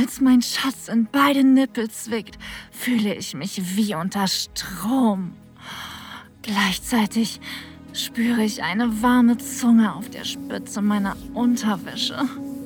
Als mein Schatz in beide Nippel zwickt, fühle ich mich wie unter Strom. Gleichzeitig spüre ich eine warme Zunge auf der Spitze meiner Unterwäsche.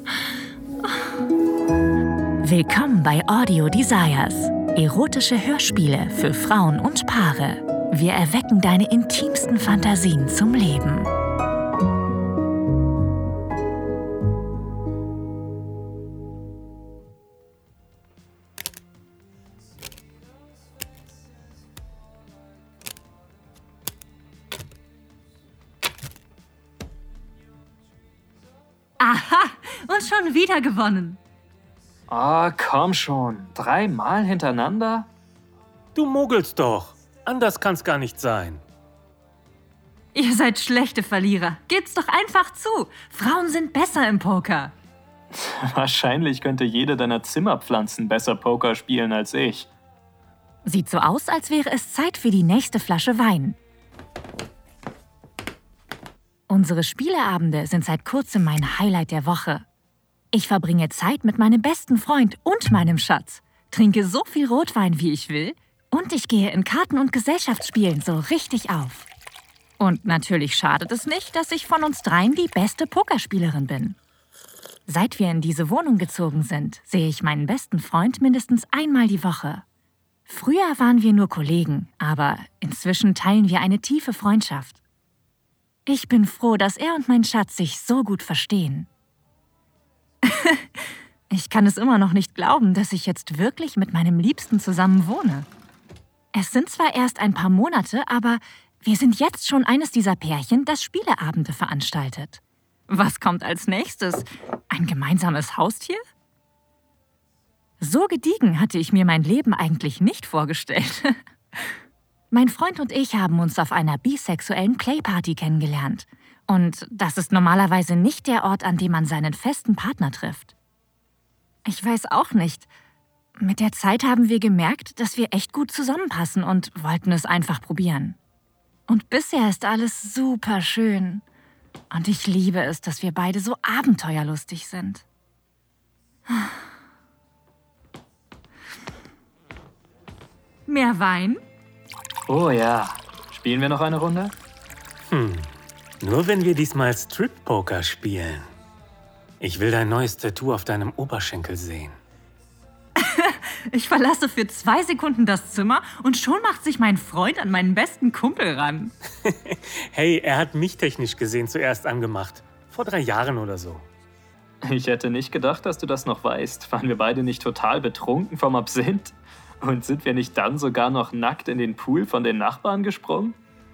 Willkommen bei Audio Desires. Erotische Hörspiele für Frauen und Paare. Wir erwecken deine intimsten Fantasien zum Leben. Aha, und schon wieder gewonnen. Ah, komm schon. 3 Mal hintereinander? Du mogelst doch. Anders kann's gar nicht sein. Ihr seid schlechte Verlierer. Gebt's doch einfach zu. Frauen sind besser im Poker. Wahrscheinlich könnte jede deiner Zimmerpflanzen besser Poker spielen als ich. Sieht so aus, als wäre es Zeit für die nächste Flasche Wein. Unsere Spieleabende sind seit kurzem mein Highlight der Woche. Ich verbringe Zeit mit meinem besten Freund und meinem Schatz, trinke so viel Rotwein, wie ich will, und ich gehe in Karten- und Gesellschaftsspielen so richtig auf. Und natürlich schadet es nicht, dass ich von uns dreien die beste Pokerspielerin bin. Seit wir in diese Wohnung gezogen sind, sehe ich meinen besten Freund mindestens einmal die Woche. Früher waren wir nur Kollegen, aber inzwischen teilen wir eine tiefe Freundschaft. Ich bin froh, dass er und mein Schatz sich so gut verstehen. Ich kann es immer noch nicht glauben, dass ich jetzt wirklich mit meinem Liebsten zusammen wohne. Es sind zwar erst ein paar Monate, aber wir sind jetzt schon eines dieser Pärchen, das Spieleabende veranstaltet. Was kommt als nächstes? Ein gemeinsames Haustier? So gediegen hatte ich mir mein Leben eigentlich nicht vorgestellt. Mein Freund und ich haben uns auf einer bisexuellen Playparty kennengelernt. Und das ist normalerweise nicht der Ort, an dem man seinen festen Partner trifft. Ich weiß auch nicht. Mit der Zeit haben wir gemerkt, dass wir echt gut zusammenpassen und wollten es einfach probieren. Und bisher ist alles super schön. Und ich liebe es, dass wir beide so abenteuerlustig sind. Mehr Wein? Oh ja. Spielen wir noch eine Runde? Nur wenn wir diesmal Strip-Poker spielen. Ich will dein neues Tattoo auf deinem Oberschenkel sehen. Ich verlasse für 2 Sekunden das Zimmer und schon macht sich mein Freund an meinen besten Kumpel ran. Hey, er hat mich technisch gesehen zuerst angemacht. Vor 3 Jahren oder so. Ich hätte nicht gedacht, dass du das noch weißt. Waren wir beide nicht total betrunken vom Absinth? Und sind wir nicht dann sogar noch nackt in den Pool von den Nachbarn gesprungen?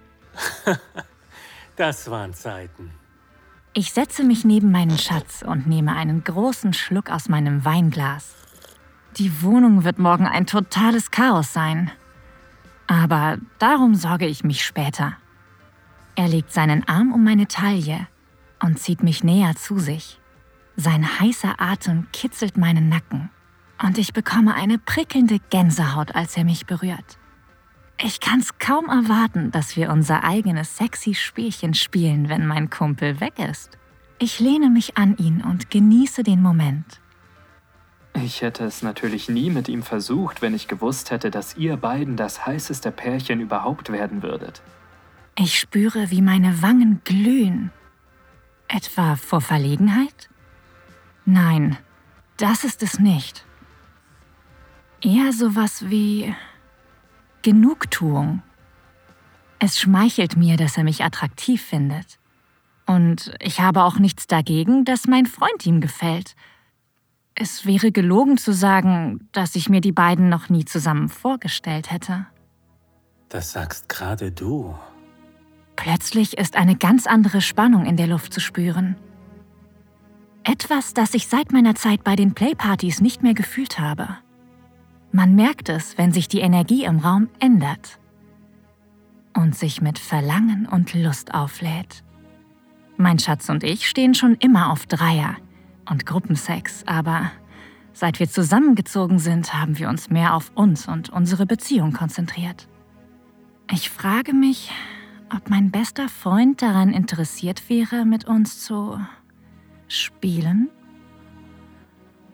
Das waren Zeiten. Ich setze mich neben meinen Schatz und nehme einen großen Schluck aus meinem Weinglas. Die Wohnung wird morgen ein totales Chaos sein. Aber darum sorge ich mich später. Er legt seinen Arm um meine Taille und zieht mich näher zu sich. Sein heißer Atem kitzelt meinen Nacken und ich bekomme eine prickelnde Gänsehaut, als er mich berührt. Ich kann's kaum erwarten, dass wir unser eigenes sexy Spielchen spielen, wenn mein Kumpel weg ist. Ich lehne mich an ihn und genieße den Moment. Ich hätte es natürlich nie mit ihm versucht, wenn ich gewusst hätte, dass ihr beiden das heißeste Pärchen überhaupt werden würdet. Ich spüre, wie meine Wangen glühen. Etwa vor Verlegenheit? Nein, das ist es nicht. Eher sowas wie Genugtuung. Es schmeichelt mir, dass er mich attraktiv findet. Und ich habe auch nichts dagegen, dass mein Freund ihm gefällt. Es wäre gelogen zu sagen, dass ich mir die beiden noch nie zusammen vorgestellt hätte. Das sagst gerade du. Plötzlich ist eine ganz andere Spannung in der Luft zu spüren. Etwas, das ich seit meiner Zeit bei den Playpartys nicht mehr gefühlt habe. Man merkt es, wenn sich die Energie im Raum ändert und sich mit Verlangen und Lust auflädt. Mein Schatz und ich stehen schon immer auf Dreier und Gruppensex, aber seit wir zusammengezogen sind, haben wir uns mehr auf uns und unsere Beziehung konzentriert. Ich frage mich, ob mein bester Freund daran interessiert wäre, mit uns zu spielen.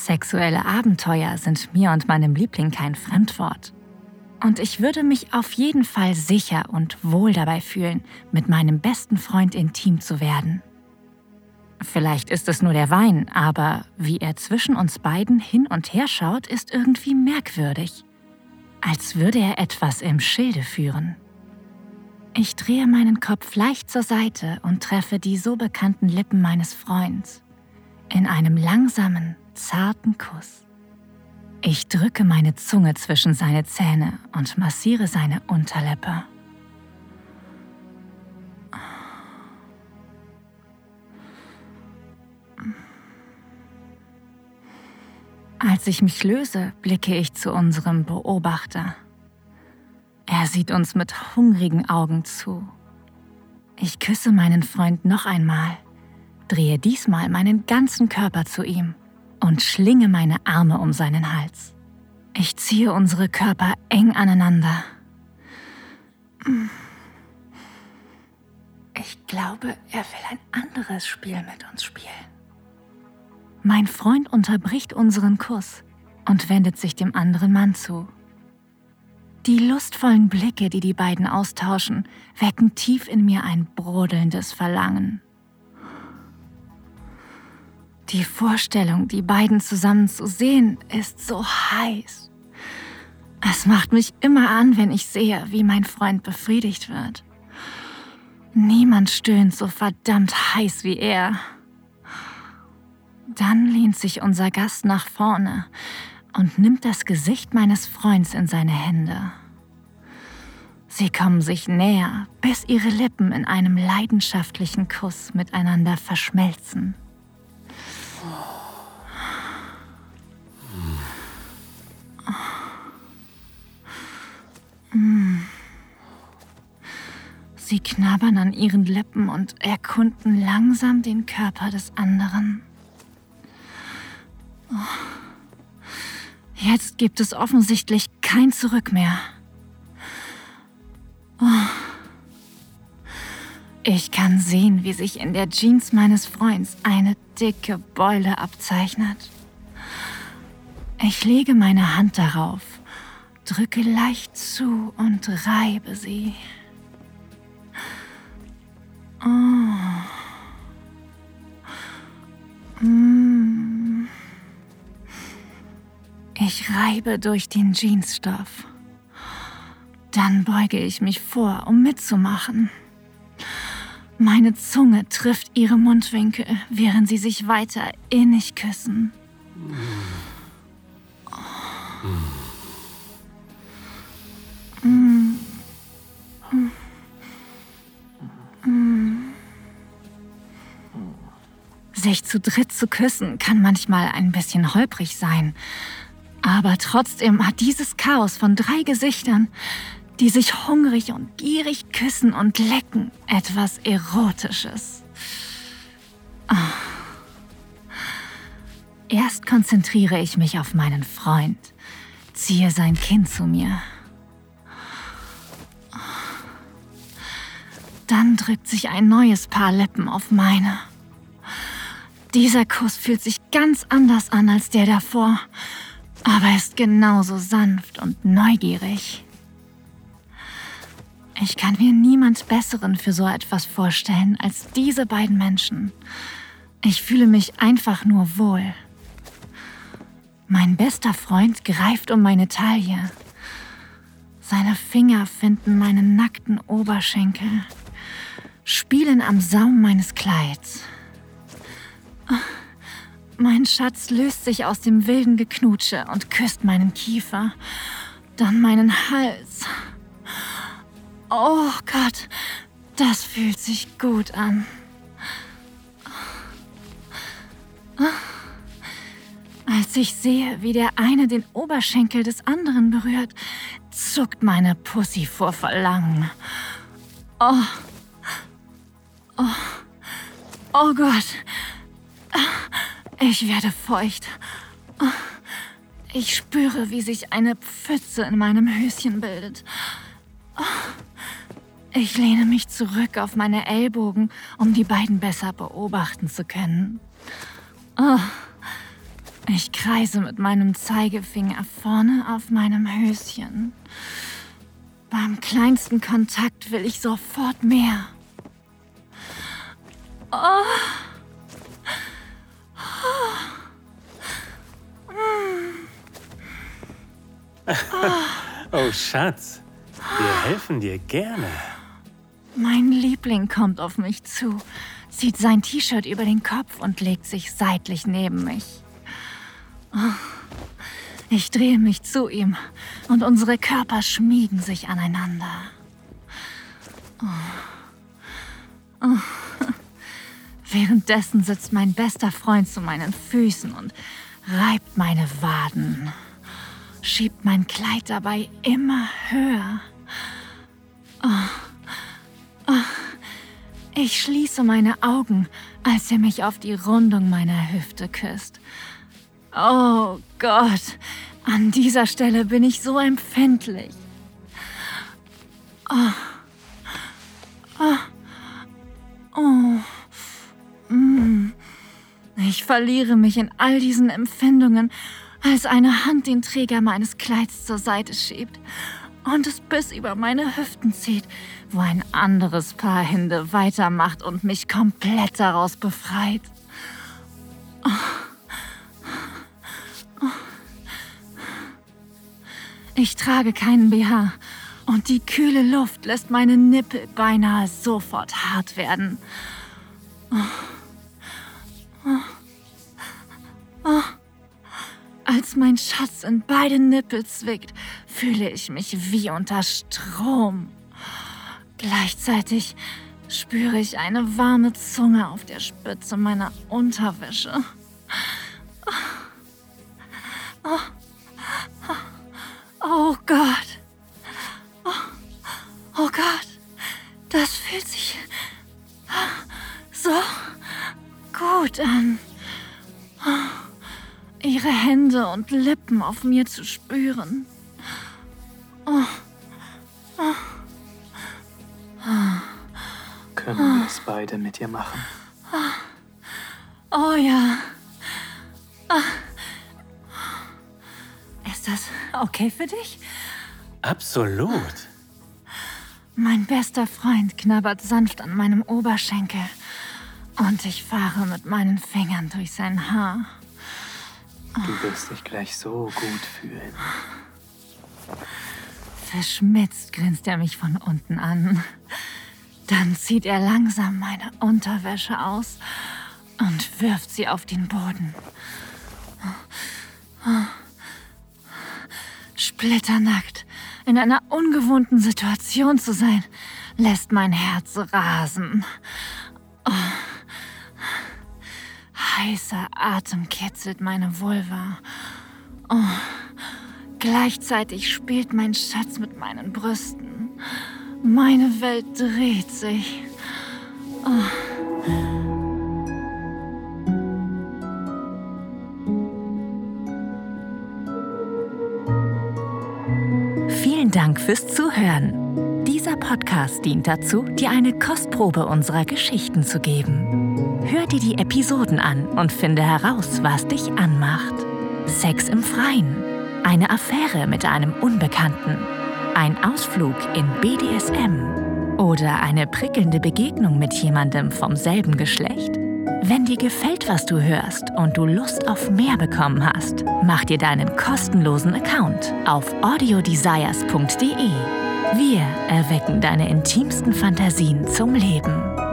Sexuelle Abenteuer sind mir und meinem Liebling kein Fremdwort. Und ich würde mich auf jeden Fall sicher und wohl dabei fühlen, mit meinem besten Freund intim zu werden. Vielleicht ist es nur der Wein, aber wie er zwischen uns beiden hin und her schaut, ist irgendwie merkwürdig. Als würde er etwas im Schilde führen. Ich drehe meinen Kopf leicht zur Seite und treffe die so bekannten Lippen meines Freunds. In einem langsamen, zarten Kuss. Ich drücke meine Zunge zwischen seine Zähne und massiere seine Unterlippe. Als ich mich löse, blicke ich zu unserem Beobachter. Er sieht uns mit hungrigen Augen zu. Ich küsse meinen Freund noch einmal, drehe diesmal meinen ganzen Körper zu ihm und schlinge meine Arme um seinen Hals. Ich ziehe unsere Körper eng aneinander. Ich glaube, er will ein anderes Spiel mit uns spielen. Mein Freund unterbricht unseren Kuss und wendet sich dem anderen Mann zu. Die lustvollen Blicke, die die beiden austauschen, wecken tief in mir ein brodelndes Verlangen. Die Vorstellung, die beiden zusammen zu sehen, ist so heiß. Es macht mich immer an, wenn ich sehe, wie mein Freund befriedigt wird. Niemand stöhnt so verdammt heiß wie er. Dann lehnt sich unser Gast nach vorne und nimmt das Gesicht meines Freundes in seine Hände. Sie kommen sich näher, bis ihre Lippen in einem leidenschaftlichen Kuss miteinander verschmelzen. Sie knabbern an ihren Lippen und erkunden langsam den Körper des anderen. Jetzt gibt es offensichtlich kein Zurück mehr. Ich kann sehen, wie sich in der Jeans meines Freundes eine dicke Beule abzeichnet. Ich lege meine Hand darauf, drücke leicht zu und reibe sie. Ich reibe durch den Jeansstoff. Dann beuge ich mich vor, um mitzumachen. Meine Zunge trifft ihre Mundwinkel, während sie sich weiter innig küssen. Sich zu dritt zu küssen kann manchmal ein bisschen holprig sein. Aber trotzdem hat dieses Chaos von 3 Gesichtern, die sich hungrig und gierig küssen und lecken, etwas Erotisches. Erst konzentriere ich mich auf meinen Freund, ziehe sein Kinn zu mir. Dann drückt sich ein neues Paar Lippen auf meine. Dieser Kuss fühlt sich ganz anders an als der davor, aber ist genauso sanft und neugierig. Ich kann mir niemand Besseren für so etwas vorstellen als diese beiden Menschen. Ich fühle mich einfach nur wohl. Mein bester Freund greift um meine Taille. Seine Finger finden meinen nackten Oberschenkel, spielen am Saum meines Kleids. Mein Schatz löst sich aus dem wilden Geknutsche und küsst meinen Kiefer, dann meinen Hals. Oh Gott, das fühlt sich gut an. Als ich sehe, wie der eine den Oberschenkel des anderen berührt, zuckt meine Pussy vor Verlangen. Oh Gott. Ich werde feucht. Ich spüre, wie sich eine Pfütze in meinem Höschen bildet. Ich lehne mich zurück auf meine Ellbogen, um die beiden besser beobachten zu können. Ich kreise mit meinem Zeigefinger vorne auf meinem Höschen. Beim kleinsten Kontakt will ich sofort mehr. Oh, Schatz, wir helfen dir gerne. Mein Liebling kommt auf mich zu, zieht sein T-Shirt über den Kopf und legt sich seitlich neben mich. Ich drehe mich zu ihm und unsere Körper schmiegen sich aneinander. Währenddessen sitzt mein bester Freund zu meinen Füßen und reibt meine Waden, schiebt mein Kleid dabei immer höher. Ich schließe meine Augen, als er mich auf die Rundung meiner Hüfte küsst. Oh Gott, an dieser Stelle bin ich so empfindlich. Ich verliere mich in all diesen Empfindungen, als eine Hand den Träger meines Kleids zur Seite schiebt und es bis über meine Hüften zieht, wo ein anderes Paar Hände weitermacht und mich komplett daraus befreit. Ich trage keinen BH und die kühle Luft lässt meine Nippel beinahe sofort hart werden. Als mein Schatz in beide Nippel zwickt, fühle ich mich wie unter Strom. Gleichzeitig spüre ich eine warme Zunge auf der Spitze meiner Unterwäsche. Oh Gott. Oh Gott. Das fühlt sich so gut an. Ihre Hände und Lippen auf mir zu spüren. Können wir es beide mit dir machen? Oh ja. Ist das okay für dich? Absolut. Mein bester Freund knabbert sanft an meinem Oberschenkel und ich fahre mit meinen Fingern durch sein Haar. Du wirst dich gleich so gut fühlen. Verschmitzt grinst er mich von unten an. Dann zieht er langsam meine Unterwäsche aus und wirft sie auf den Boden. Splitternackt, in einer ungewohnten Situation zu sein, lässt mein Herz rasen. Heißer Atem kitzelt meine Vulva. Gleichzeitig spielt mein Schatz mit meinen Brüsten. Meine Welt dreht sich. Vielen Dank fürs Zuhören. Dieser Podcast dient dazu, dir eine Kostprobe unserer Geschichten zu geben. Hör dir die Episoden an und finde heraus, was dich anmacht. Sex im Freien, eine Affäre mit einem Unbekannten, ein Ausflug in BDSM oder eine prickelnde Begegnung mit jemandem vom selben Geschlecht. Wenn dir gefällt, was du hörst und du Lust auf mehr bekommen hast, mach dir deinen kostenlosen Account auf audiodesires.de. Wir erwecken deine intimsten Fantasien zum Leben.